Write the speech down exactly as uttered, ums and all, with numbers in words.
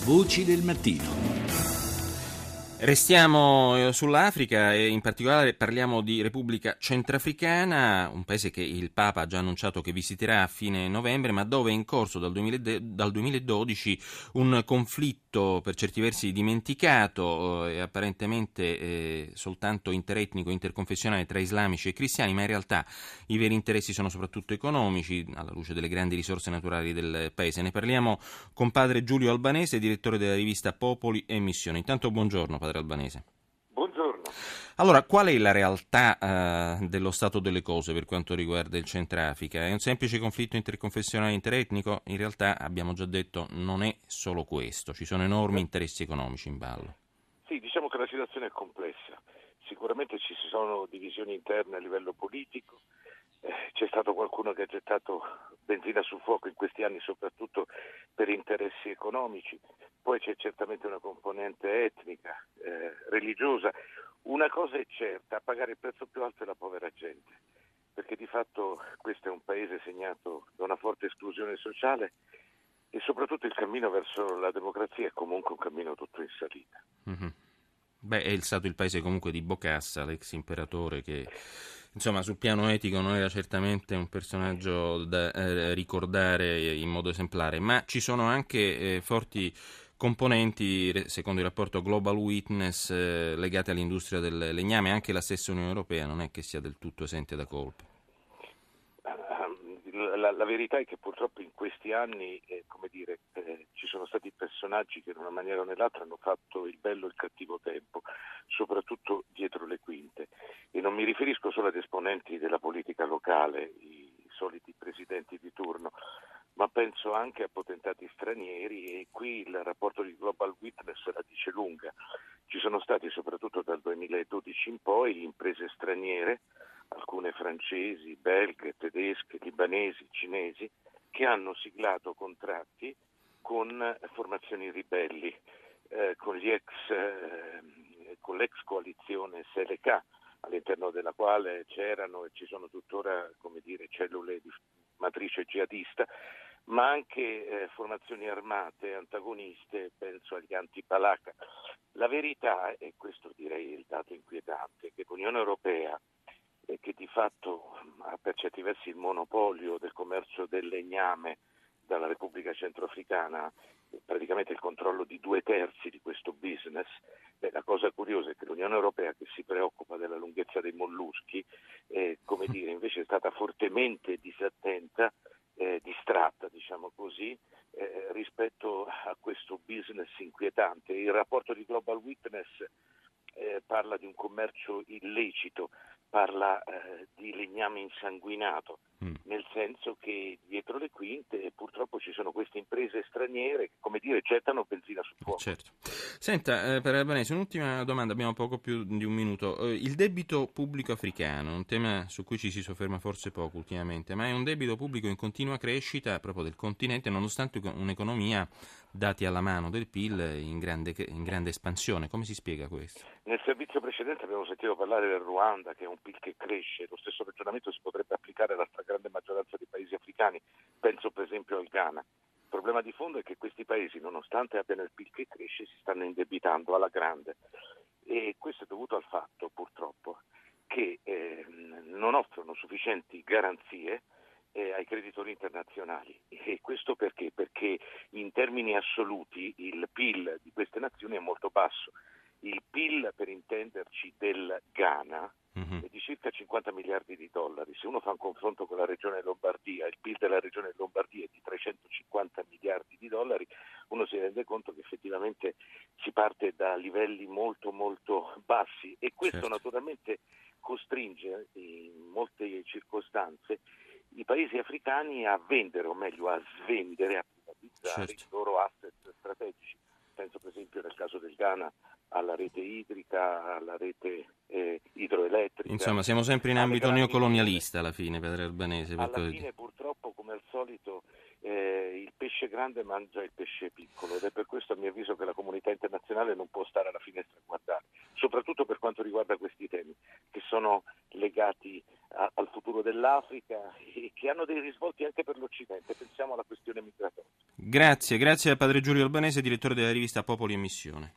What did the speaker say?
Voci del mattino. Restiamo sull'Africa e in particolare parliamo di Repubblica Centrafricana, un paese che il Papa ha già annunciato che visiterà a fine novembre, ma dove è in corso dal duemiladodici un conflitto per certi versi dimenticato e apparentemente eh, soltanto interetnico, interconfessionale tra islamici e cristiani, ma in realtà i veri interessi sono soprattutto economici, alla luce delle grandi risorse naturali del paese. Ne parliamo con padre Giulio Albanese, direttore della rivista Popoli e Missioni. Intanto buongiorno padre Albanese. Buongiorno. Allora, qual è la realtà eh, dello stato delle cose per quanto riguarda il Centrafrica? È un semplice conflitto interconfessionale interetnico? In realtà, abbiamo già detto, non è solo questo, ci sono enormi interessi economici in ballo. Sì, diciamo che la situazione è complessa. Sicuramente ci sono divisioni interne a livello politico, eh, c'è stato qualcuno che ha gettato benzina sul fuoco in questi anni soprattutto per interessi economici, poi c'è certamente una componente etnica, eh, religiosa. Una cosa è certa, a pagare il prezzo più alto è la povera gente, perché di fatto questo è un paese segnato da una forte esclusione sociale e soprattutto il cammino verso la democrazia è comunque un cammino tutto in salita. Mm-hmm. Beh, è stato il paese comunque di Bokassa, l'ex imperatore, che insomma sul piano etico non era certamente un personaggio da eh, ricordare in modo esemplare, ma ci sono anche eh, forti componenti, secondo il rapporto Global Witness, eh, legate all'industria del legname. Anche la stessa Unione Europea non è che sia del tutto esente da colpe. La, la verità è che purtroppo in questi anni, eh, come dire, eh, ci sono stati personaggi che in una maniera o nell'altra hanno fatto il bello e il cattivo tempo, soprattutto dietro le quinte. E non mi riferisco solo ad esponenti della politica locale, i soliti presidenti di turno, ma penso anche a potentati stranieri, e qui il rapporto di Global Witness la dice lunga. Ci sono stati soprattutto dal duemiladodici in poi imprese straniere, alcune francesi, belghe, tedesche, libanesi, cinesi, che hanno siglato contratti con formazioni ribelli, eh, con, gli ex, eh, con l'ex coalizione Seleka, all'interno della quale c'erano e ci sono tuttora, come dire, cellule di matrice jihadista, ma anche eh, formazioni armate antagoniste, penso agli anti-Balaka. La verità, e questo direi è il dato inquietante, è che l'Unione Europea, eh, che di fatto ha per certi versi il monopolio del commercio del legname dalla Repubblica Centrafricana, praticamente il controllo di due terzi di questo business. Beh, la cosa curiosa è che l'Unione Europea, che si preoccupa della lunghezza dei molluschi, eh, come dire, invece è stata fortemente disattenta, eh, distratta, diciamo così, eh, rispetto a questo business inquietante. Il rapporto di Global Witness eh, parla di un commercio illecito, parla eh, di legname insanguinato, mm. nel senso che dietro le quinte purtroppo ci sono queste imprese straniere che, come dire, gettano benzina sul fuoco. Certo. Senta, eh, per Albanese, un'ultima domanda, abbiamo poco più di un minuto. Eh, il debito pubblico africano, un tema su cui ci si sofferma forse poco ultimamente, ma è un debito pubblico in continua crescita proprio del continente, nonostante un'economia, dati alla mano del P I L, in grande, in grande espansione. Come si spiega questo? Nel servizio precedente abbiamo sentito parlare del Ruanda, che è un P I L che cresce. Lo stesso ragionamento si potrebbe applicare alla stragrande maggioranza dei paesi africani, penso per esempio al Ghana. Il problema di fondo è che questi paesi, nonostante abbiano il P I L che cresce, si stanno indebitando alla grande, e questo è dovuto al fatto, purtroppo, che eh, non offrono sufficienti garanzie eh, ai creditori internazionali. E questo perché? Perché in termini assoluti il P I L di queste nazioni è molto basso. Il P I L, per intenderci, del Ghana è di circa cinquanta miliardi di dollari. Se uno fa un confronto con la regione Lombardia, il P I L della regione Lombardia è di trecentocinquanta miliardi di dollari, uno si rende conto che effettivamente si parte da livelli molto molto bassi, e questo certo. naturalmente costringe in molte circostanze i paesi africani a vendere, o meglio a svendere, a privatizzare certo. i loro asset strategici. Penso per esempio nel caso del Ghana alla rete idrica, alla rete eh, idroelettrica. Insomma, siamo sempre in ambito neocolonialista alla fine, padre Albanese. Per alla fine purtroppo, come al solito, eh, il pesce grande mangia il pesce piccolo, ed è per questo a mio avviso che la comunità internazionale non può stare alla finestra a guardare, soprattutto per quanto riguarda questi temi che sono legati a, al futuro dell'Africa e che hanno dei risvolti anche per l'Occidente. Pensiamo alla questione migratoria. Grazie, grazie a padre Giulio Albanese, direttore della rivista Popoli e Missione.